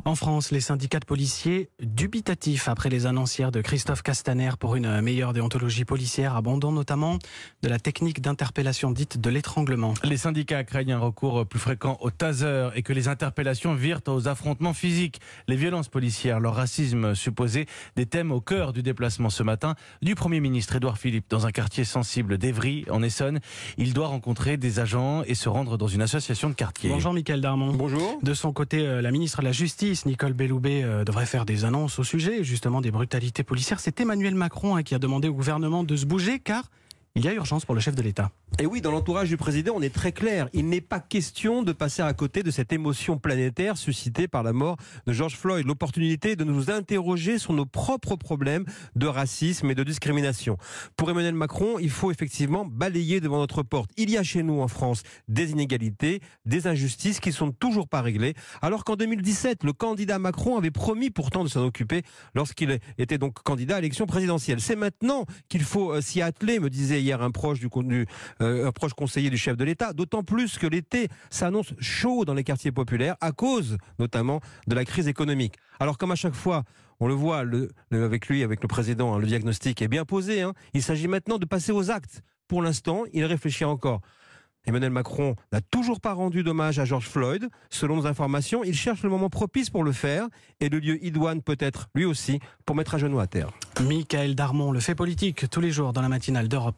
En France, les syndicats de policiers dubitatifs après les annonces hier de Christophe Castaner pour une meilleure déontologie policière, abandon notamment de la technique d'interpellation dite de l'étranglement. Les syndicats craignent un recours plus fréquent au taser et que les interpellations virent aux affrontements physiques. Les violences policières, leur racisme supposé, des thèmes au cœur du déplacement ce matin du Premier ministre Édouard Philippe dans un quartier sensible d'Evry, en Essonne. Il doit rencontrer des agents et se rendre dans une association de quartier. Bonjour Mickaël Darmon. Bonjour. De son côté, la ministre de la Justice, Nicole Belloubet, devrait faire des annonces au sujet justement des brutalités policières. C'est Emmanuel Macron qui a demandé au gouvernement de se bouger car il y a urgence pour le chef de l'État. Et oui, dans l'entourage du président, on est très clair. Il n'est pas question de passer à côté de cette émotion planétaire suscitée par la mort de George Floyd. L'opportunité de nous interroger sur nos propres problèmes de racisme et de discrimination. Pour Emmanuel Macron, il faut effectivement balayer devant notre porte. Il y a chez nous en France des inégalités, des injustices qui ne sont toujours pas réglées. Alors qu'en 2017, le candidat Macron avait promis pourtant de s'en occuper lorsqu'il était donc candidat à l'élection présidentielle. C'est maintenant qu'il faut s'y atteler, me disait hier un proche conseiller du chef de l'État, d'autant plus que l'été s'annonce chaud dans les quartiers populaires à cause notamment de la crise économique. Alors comme à chaque fois, on le voit avec le président, le diagnostic est bien posé. Il s'agit maintenant de passer aux actes. Pour l'instant, il réfléchit encore. Emmanuel Macron n'a toujours pas rendu d'hommage à George Floyd. Selon nos informations, il cherche le moment propice pour le faire et le lieu idoine peut-être lui aussi pour mettre à genoux à terre. Mickaël Darmon, le fait politique tous les jours dans la matinale d'Europe.